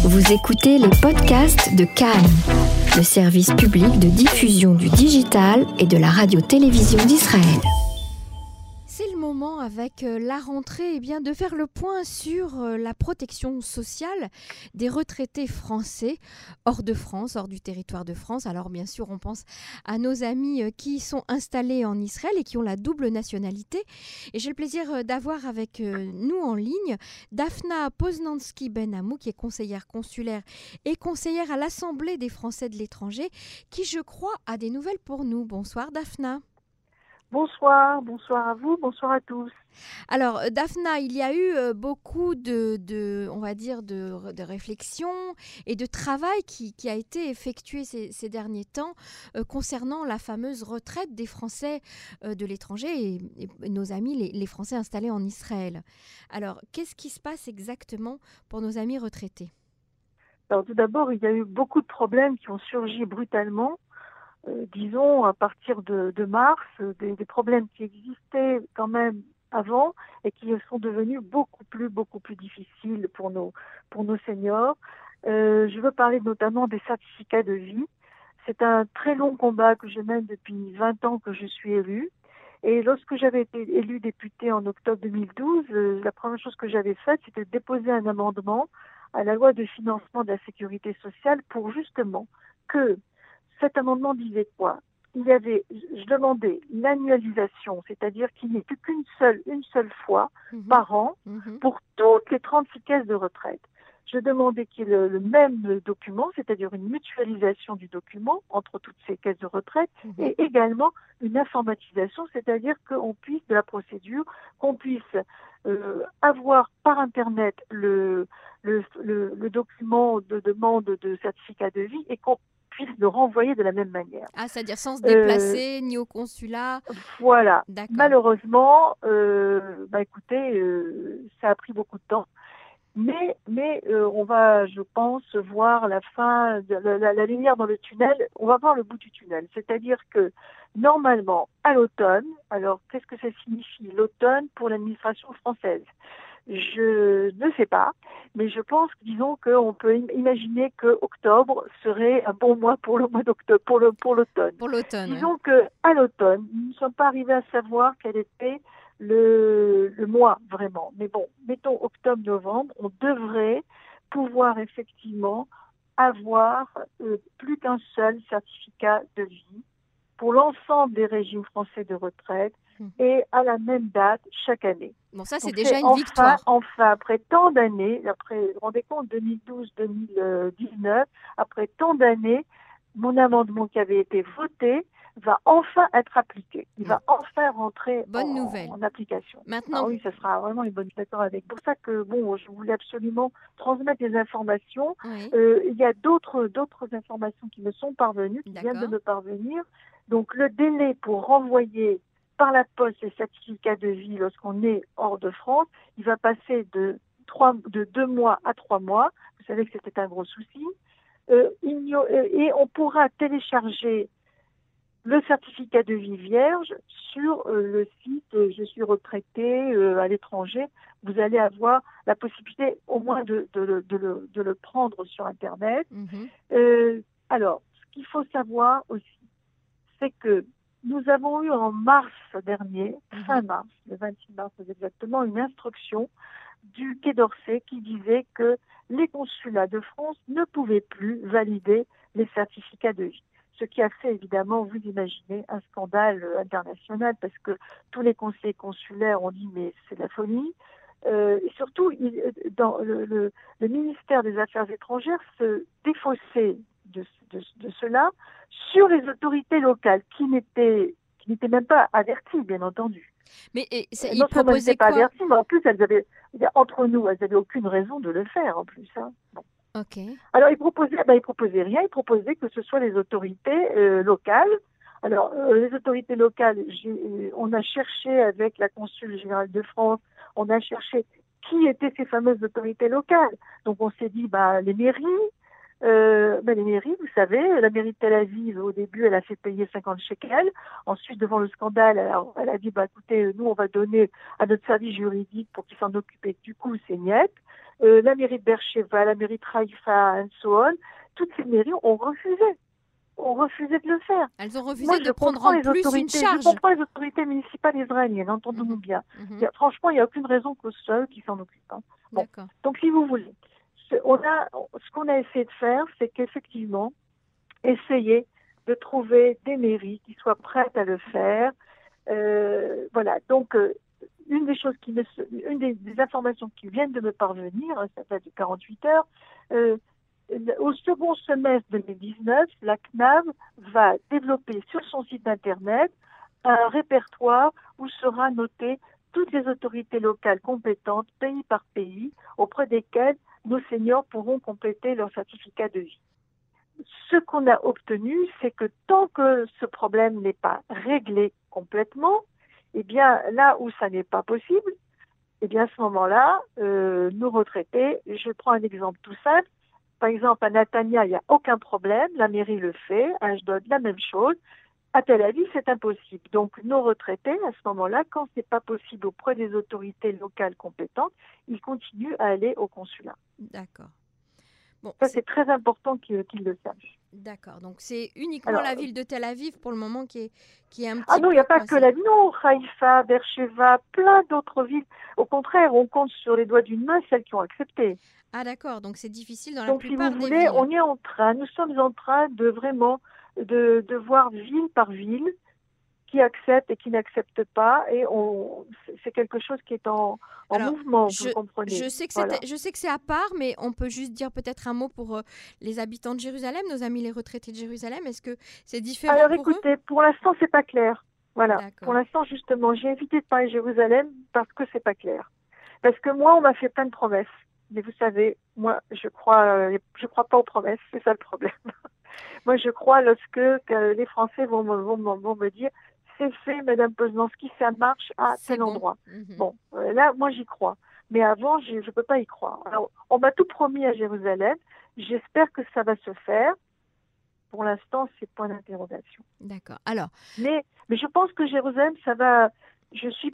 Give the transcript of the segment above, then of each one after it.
Vous écoutez les podcasts de Cannes, le service public de diffusion du digital et de la radio-télévision d'Israël. C'est le moment avec la rentrée de faire le point sur la protection sociale des retraités français hors de France, hors du territoire de France. Alors bien sûr, on pense à nos amis qui sont installés en Israël et qui ont la double nationalité. Et j'ai le plaisir d'avoir avec nous en ligne Daphna Poznanski-Benamou, qui est conseillère consulaire et conseillère à l'Assemblée des Français de l'étranger, qui, je crois, a des nouvelles pour nous. Bonsoir Daphna. Bonsoir à vous, bonsoir à tous. Alors Daphna, il y a eu beaucoup de réflexion et de travail qui a été effectué ces derniers temps concernant la fameuse retraite des Français de l'étranger et nos amis les Français installés en Israël. Alors qu'est-ce qui se passe exactement pour nos amis retraités ? Alors tout d'abord, il y a eu beaucoup de problèmes qui ont surgi brutalement. Disons à partir de mars, des problèmes qui existaient quand même avant et qui sont devenus beaucoup plus difficiles pour nos seniors. Je veux parler notamment des certificats de vie. C'est un très long combat que je mène depuis 20 ans que je suis élue. Et lorsque j'avais été élue députée en octobre 2012, la première chose que j'avais faite, c'était de déposer un amendement à la loi de financement de la sécurité sociale pour justement que cet amendement disait quoi ? Je demandais l'annualisation, c'est-à-dire qu'il n'y ait plus une seule fois par an pour toutes les 36 caisses de retraite. Je demandais qu'il y ait le même document, c'est-à-dire une mutualisation du document entre toutes ces caisses de retraite et également une informatisation, c'est-à-dire qu'on puisse, de la procédure, qu'on puisse avoir par Internet le document de demande de certificat de vie et qu'on puisse le renvoyer de la même manière. Ah, c'est-à-dire sans se déplacer, ni au consulat. Voilà. D'accord. Malheureusement, écoutez, ça a pris beaucoup de temps. Mais on va, je pense, voir la fin, la lumière dans le tunnel. On va voir le bout du tunnel. C'est-à-dire que, normalement, à l'automne, alors qu'est-ce que ça signifie l'automne pour l'administration française ? Je ne sais pas, mais je pense, disons qu'on peut imaginer que octobre serait un bon mois pour le mois d'octobre, pour l'automne. Pour l'automne. Disons que à l'automne, nous ne sommes pas arrivés à savoir quel était le mois vraiment. Mais bon, mettons octobre-novembre, on devrait pouvoir effectivement avoir plus qu'un seul certificat de vie pour l'ensemble des régimes français de retraite et à la même date chaque année. Bon, ça, c'est déjà une victoire. Enfin, après tant d'années, vous vous rendez compte, 2012-2019, après tant d'années, mon amendement qui avait été voté va enfin être appliqué. Il va enfin rentrer en application. Maintenant, oui, ça sera vraiment une bonne d'accord avec. C'est pour ça que je voulais absolument transmettre des informations. Oui. Il y a d'autres informations qui me sont parvenues, qui viennent de me parvenir. Donc le délai pour renvoyer par la poste les certificats de vie lorsqu'on est hors de France, il va passer de 2 mois à 3 mois. Vous savez que c'était un gros souci. Et on pourra télécharger le certificat de vie vierge sur le site Je suis retraité à l'étranger. Vous allez avoir la possibilité au moins de le prendre sur Internet. Alors, ce qu'il faut savoir aussi, c'est que nous avons eu en mars dernier, fin mars, le 26 mars exactement, une instruction du Quai d'Orsay qui disait que les consulats de France ne pouvaient plus valider les certificats de vie. Ce qui a fait évidemment, vous imaginez, un scandale international parce que tous les conseillers consulaires ont dit mais c'est de la folie. Et surtout, dans le ministère des Affaires étrangères se défaussait de cela sur les autorités locales qui n'étaient même pas averties, bien entendu. Mais ils proposait pas averties, mais en plus entre nous, elles n'avaient aucune raison de le faire en plus. Bon. Okay. Alors ils proposaient rien, ils proposaient que ce soit les autorités locales. Alors les autorités locales, on a cherché avec la Consul générale de France, on a cherché qui étaient ces fameuses autorités locales. Donc on s'est dit les mairies, les mairies, vous savez, la mairie de Tel Aviv, au début, elle a fait payer 50 shekels. Ensuite, devant le scandale, elle a dit, écoutez, nous, on va donner à notre service juridique pour qu'il s'en occupe. Et du coup, c'est net. La mairie de Beersheva, la mairie de Haïfa, and so on, toutes ces mairies ont refusé de le faire. Elles ont refusé de prendre en plus une charge. Je comprends les autorités municipales israéliennes, entendons-nous bien. Franchement, il n'y a aucune raison que ce soit eux qui s'en occupent. Bon. Donc, si vous voulez, ce qu'on a essayé de faire, c'est qu'effectivement, essayer de trouver des mairies qui soient prêtes à le faire. Voilà. Donc, une des informations qui viennent de me parvenir, ça date de 48 heures, au second semestre 2019, la CNAV va développer sur son site internet un répertoire où sera noté toutes les autorités locales compétentes, pays par pays, auprès desquelles nos seniors pourront compléter leur certificat de vie. Ce qu'on a obtenu, c'est que tant que ce problème n'est pas réglé complètement, eh bien, là où ça n'est pas possible, eh bien, à ce moment-là, nos retraités, je prends un exemple tout simple. Par exemple, à Natania, il n'y a aucun problème, la mairie le fait, à Ashdod, la même chose. À Tel Aviv, c'est impossible. Donc, nos retraités, à ce moment-là, quand ce n'est pas possible auprès des autorités locales compétentes, ils continuent à aller au consulat. D'accord. Bon, ça, c'est très important qu'ils le sachent. D'accord. Donc, c'est uniquement la ville de Tel Aviv, pour le moment, qui est un petit peu... Ah non, il n'y a pas que la ville. Non, Haïfa, Beersheva, plein d'autres villes. Au contraire, on compte sur les doigts d'une main celles qui ont accepté. Ah d'accord, donc c'est difficile dans la plupart des villes. Donc, si vous voulez, nous sommes en train de vraiment de voir ville par ville qui accepte et qui n'accepte pas, et c'est quelque chose qui est en mouvement, vous comprenez. Je sais que c'est à part, mais on peut juste dire peut-être un mot pour les habitants de Jérusalem, nos amis les retraités de Jérusalem. Est-ce que c'est différent pour eux ? Alors écoutez, pour l'instant, c'est pas clair. Voilà. D'accord. Pour l'instant, justement, j'ai évité de parler de Jérusalem parce que c'est pas clair. Parce que moi, on m'a fait plein de promesses. Mais vous savez, moi, je crois pas aux promesses, c'est ça le problème. Moi, je crois lorsque les Français vont me dire, c'est fait, Madame Poznanski, ça marche à tel endroit. Bon, là, moi, j'y crois. Mais avant, je ne peux pas y croire. Alors, on m'a tout promis à Jérusalem. J'espère que ça va se faire. Pour l'instant, c'est point d'interrogation. D'accord. Alors. Mais je pense que Jérusalem, ça va. Je suis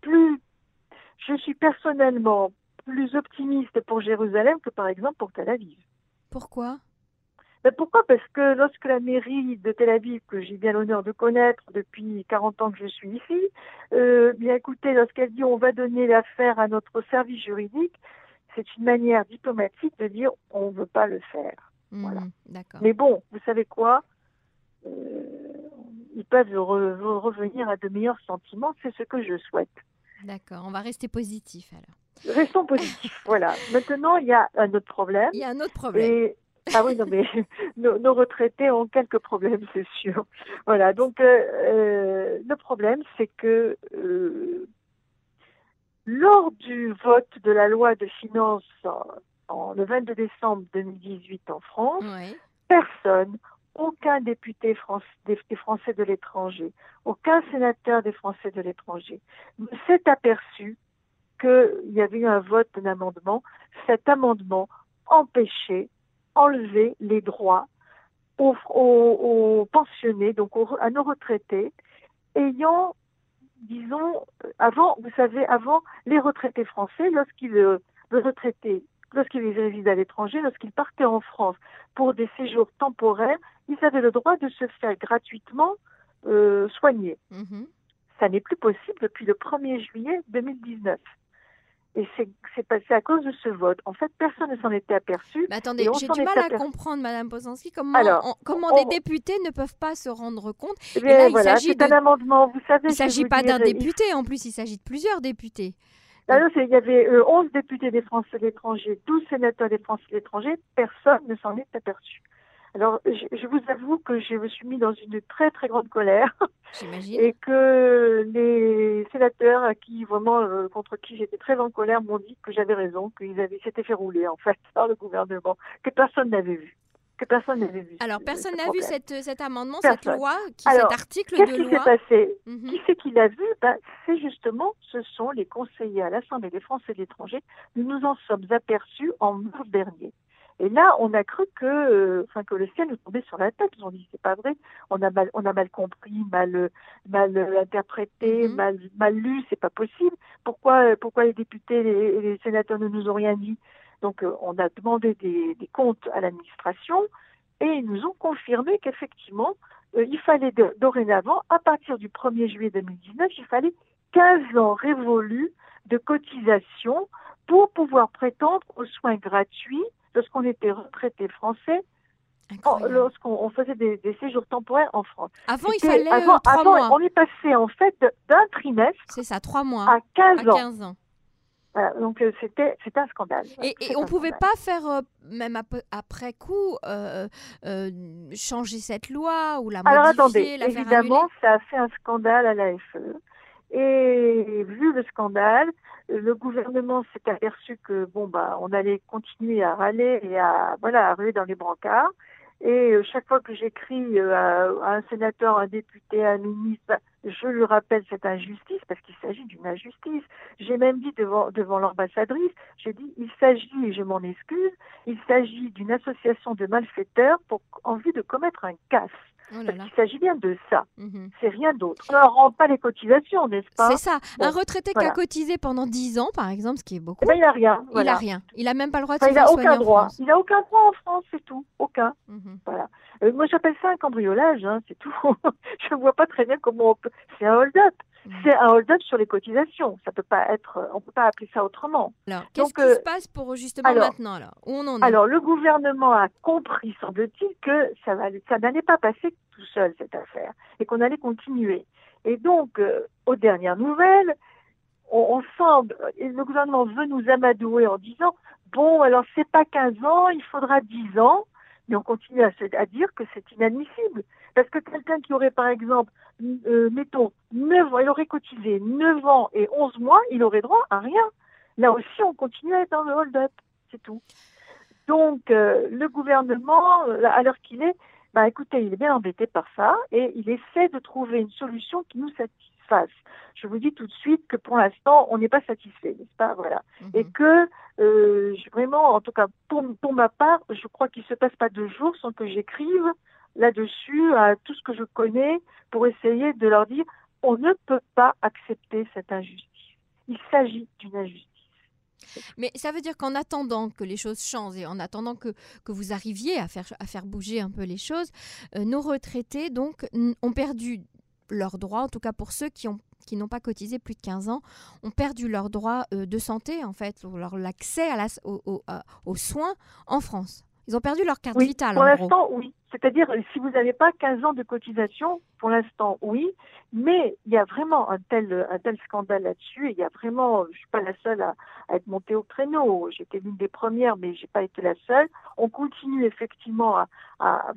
personnellement plus optimiste pour Jérusalem que par exemple pour Tel Aviv. Pourquoi ? Pourquoi ? Parce que lorsque la mairie de Tel Aviv, que j'ai bien l'honneur de connaître depuis 40 ans que je suis ici, bien écoutez, lorsqu'elle dit on va donner l'affaire à notre service juridique, c'est une manière diplomatique de dire on ne veut pas le faire. Voilà. D'accord. Mais bon, vous savez quoi ? Ils peuvent revenir à de meilleurs sentiments, c'est ce que je souhaite. D'accord, on va rester positif alors. Restons positifs, voilà. Maintenant, il y a un autre problème. Il y a un autre problème. Ah oui, non, mais nos retraités ont quelques problèmes, c'est sûr. Voilà, donc le problème, c'est que lors du vote de la loi de finances le 22 décembre 2018 en France, personne, aucun député des Français de l'étranger, aucun sénateur des Français de l'étranger ne s'est aperçu qu'il y avait eu un vote d'un amendement. Cet amendement empêchait, enlever les droits aux pensionnés, donc à nos retraités, ayant, disons, avant, vous savez, avant, les retraités français, lorsqu'ils résidaient à l'étranger, lorsqu'ils partaient en France pour des séjours temporaires, ils avaient le droit de se faire gratuitement soigner. Ça n'est plus possible depuis le 1er juillet 2019. Et c'est passé à cause de ce vote. En fait, personne ne s'en était aperçu. Mais attendez, j'ai du mal à comprendre, Madame Poznanski, comment des députés ne peuvent pas se rendre compte. Et là, voilà, c'est un amendement, vous savez. Il ne s'agit pas d'un député, en plus, il s'agit de plusieurs députés. Alors, il y avait 11 députés des Français de l'étranger, 12 sénateurs des Français de l'étranger, personne ne s'en est aperçu. Alors, je vous avoue que je me suis mis dans une très, très grande colère. J'imagine. Et que les sénateurs contre qui j'étais très en colère m'ont dit que j'avais raison, qu'ils s'étaient fait rouler, en fait, par le gouvernement, que personne n'avait vu. Alors, personne n'a vu cet amendement, cette loi, cet article de loi. Qu'est-ce qui s'est passé ? Qui c'est qui l'a vu ? Ce sont les conseillers à l'Assemblée des Français de l'étranger. Nous nous en sommes aperçus en mars dernier. Et là, on a cru que le ciel nous tombait sur la tête. Ils ont dit, c'est pas vrai, on a mal compris, mal interprété, mal lu, c'est pas possible. Pourquoi les députés et les sénateurs ne nous ont rien dit? Donc, on a demandé des comptes à l'administration et ils nous ont confirmé qu'effectivement, il fallait dorénavant, à partir du 1er juillet 2019, il fallait 15 ans révolus de cotisation pour pouvoir prétendre aux soins gratuits lorsqu'on était retraité français, lorsqu'on faisait des séjours temporaires en France. Avant, il fallait 3 mois. On est passé en fait d'un trimestre, c'est ça, 3 mois, à 15 ans. Voilà, donc c'était un scandale. Et on ne pouvait pas faire, même après coup, changer cette loi ou la modifier, Alors attendez, la faire évidemment, annuler. ça a fait un scandale à l'AFE. Et vu le scandale, le gouvernement s'est aperçu que on allait continuer à râler et à ruer dans les brancards. Et chaque fois que j'écris à un sénateur, un député, un ministre, je lui rappelle cette injustice parce qu'il s'agit d'une injustice. J'ai même dit devant l'ambassadrice, j'ai dit il s'agit, et je m'en excuse, il s'agit d'une association de malfaiteurs en vue de commettre un casse. Oh là là. Il s'agit bien de ça. C'est rien d'autre. On ne leur rend pas les cotisations, n'est-ce pas? C'est ça. Un retraité qui a cotisé pendant 10 ans, par exemple, ce qui est beaucoup. Il n'a rien. Il n'a rien. Il n'a même pas le droit de se faire soigner en France. Il n'a aucun droit en France, c'est tout. Aucun. Voilà. Moi, j'appelle ça un cambriolage, c'est tout. Je ne vois pas très bien comment on peut... C'est un hold-up. C'est un hold-up sur les cotisations. Ça peut pas être... On ne peut pas appeler ça autrement. Alors, qu'est-ce qui se passe pour justement maintenant où on en est? Alors, le gouvernement a compris, semble-t-il, que ça n'allait pas passer tout seul, cette affaire, et qu'on allait continuer. Et donc, aux dernières nouvelles, on semble... Le gouvernement veut nous amadouer en disant alors, c'est pas 15 ans, il faudra 10 ans. Mais on continue à dire que c'est inadmissible. Parce que quelqu'un qui aurait, par exemple, mettons, 9 ans, il aurait cotisé 9 ans et 11 mois, il aurait droit à rien. Là aussi, on continue à être dans le hold-up. C'est tout. Donc, le gouvernement, à l'heure qu'il est, écoutez, il est bien embêté par ça et il essaie de trouver une solution qui nous satisfasse. Je vous dis tout de suite que pour l'instant, on n'est pas satisfait, n'est-ce pas? Voilà. Et que vraiment, en tout cas, pour ma part, je crois qu'il ne se passe pas 2 jours sans que j'écrive là-dessus à tout ce que je connais pour essayer de leur dire on ne peut pas accepter cette injustice. Il s'agit d'une injustice. Mais ça veut dire qu'en attendant que les choses changent et en attendant que vous arriviez à faire bouger un peu les choses, nos retraités donc ont perdu leurs droits, en tout cas pour ceux qui n'ont pas cotisé plus de 15 ans, ont perdu leurs droits de santé, en fait, ou l'accès aux soins en France. Ils ont perdu leur carte vitale, pour en l'instant, gros. oui. C'est-à-dire, si vous n'avez pas 15 ans de cotisation, pour l'instant, oui. Mais il y a vraiment un tel scandale là-dessus. Il y a vraiment, je ne suis pas la seule à être montée au créneau. J'étais l'une des premières, mais je n'ai pas été la seule. On continue effectivement à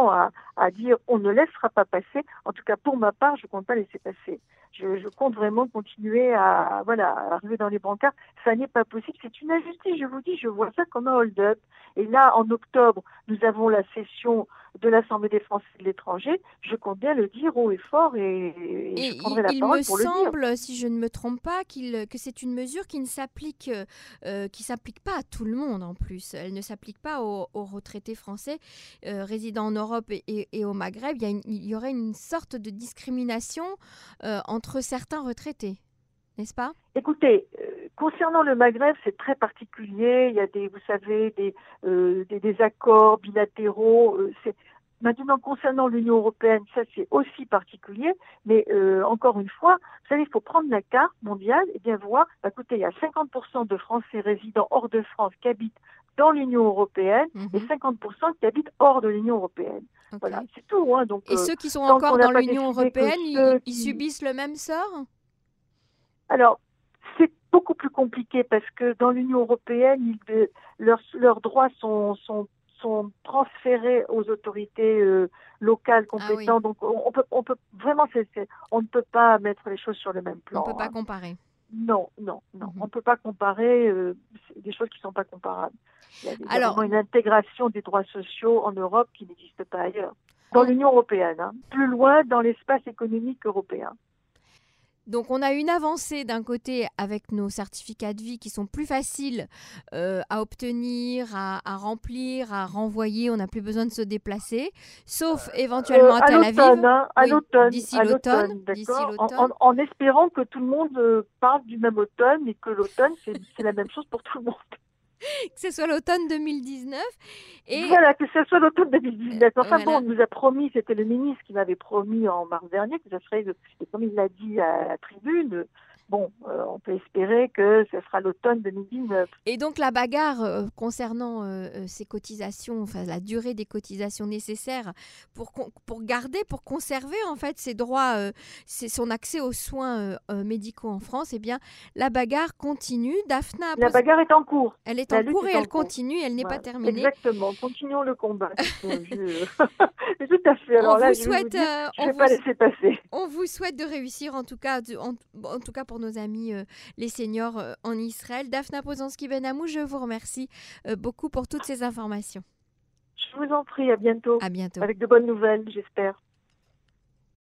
dire on ne laissera pas passer. En tout cas, pour ma part, je ne compte pas laisser passer. Je compte vraiment continuer à arriver dans les brancards. Ça n'est pas possible. C'est une injustice, je vous dis. Je vois ça comme un hold-up. Et là, en octobre, nous avons la session de l'Assemblée des Français de l'étranger. Je compte bien le dire haut et fort et je prendrai la parole pour le dire. Il me semble, si je ne me trompe pas, que c'est une mesure qui ne s'applique pas à tout le monde en plus. Elle ne s'applique pas aux retraités français résidant en Europe et au Maghreb. Il y aurait une sorte de discrimination entre certains retraités, n'est-ce pas? Écoutez, concernant le Maghreb, c'est très particulier. Il y a des accords bilatéraux. Maintenant, concernant l'Union européenne, ça c'est aussi particulier. Mais encore une fois, vous savez, il faut prendre la carte mondiale et bien voir. Écoutez, il y a 50% de Français résidant hors de France qui habitent dans l'Union européenne et 50% qui habitent hors de l'Union européenne. Okay. Voilà, c'est tout. Donc, et ceux qui sont encore dans l'Union européenne, ils subissent le même sort? Alors, c'est beaucoup plus compliqué parce que dans l'Union européenne, leurs droits sont transférés aux autorités locales compétentes. Ah oui. Donc, on peut vraiment, on ne peut pas mettre les choses sur le même plan. On ne peut pas comparer. Non. On ne peut pas comparer des choses qui ne sont pas comparables. Il y a vraiment une intégration des droits sociaux en Europe qui n'existe pas ailleurs. Dans l'Union européenne, plus loin dans l'espace économique européen. Donc, on a une avancée d'un côté avec nos certificats de vie qui sont plus faciles à obtenir, à remplir, à renvoyer. On n'a plus besoin de se déplacer, sauf éventuellement à Tel Aviv. À l'automne. D'ici l'automne. En espérant que tout le monde parle du même automne et que l'automne, c'est la même chose pour tout le monde. Que ce soit l'automne 2019. Et voilà, que ce soit l'automne 2019. Enfin bon, on nous a promis, c'était le ministre qui m'avait promis en mars dernier que ça serait, et comme il l'a dit à la tribune, bon, on peut espérer que ce sera l'automne 2019. Et donc la bagarre concernant ces cotisations, enfin la durée des cotisations nécessaires pour garder, pour conserver en fait ses droits, son accès aux soins médicaux en France, eh bien la bagarre continue. Daphna, la bagarre est en cours. Elle est en cours et elle continue, elle n'est pas terminée. Exactement, continuons le combat. Tout à fait. Alors là, je ne vais pas laisser passer. On vous souhaite de réussir en tout cas pour nos amis les seniors en Israël. Daphna Posanski-Benamou, je vous remercie beaucoup pour toutes ces informations. Je vous en prie, à bientôt. À bientôt. Avec de bonnes nouvelles, j'espère.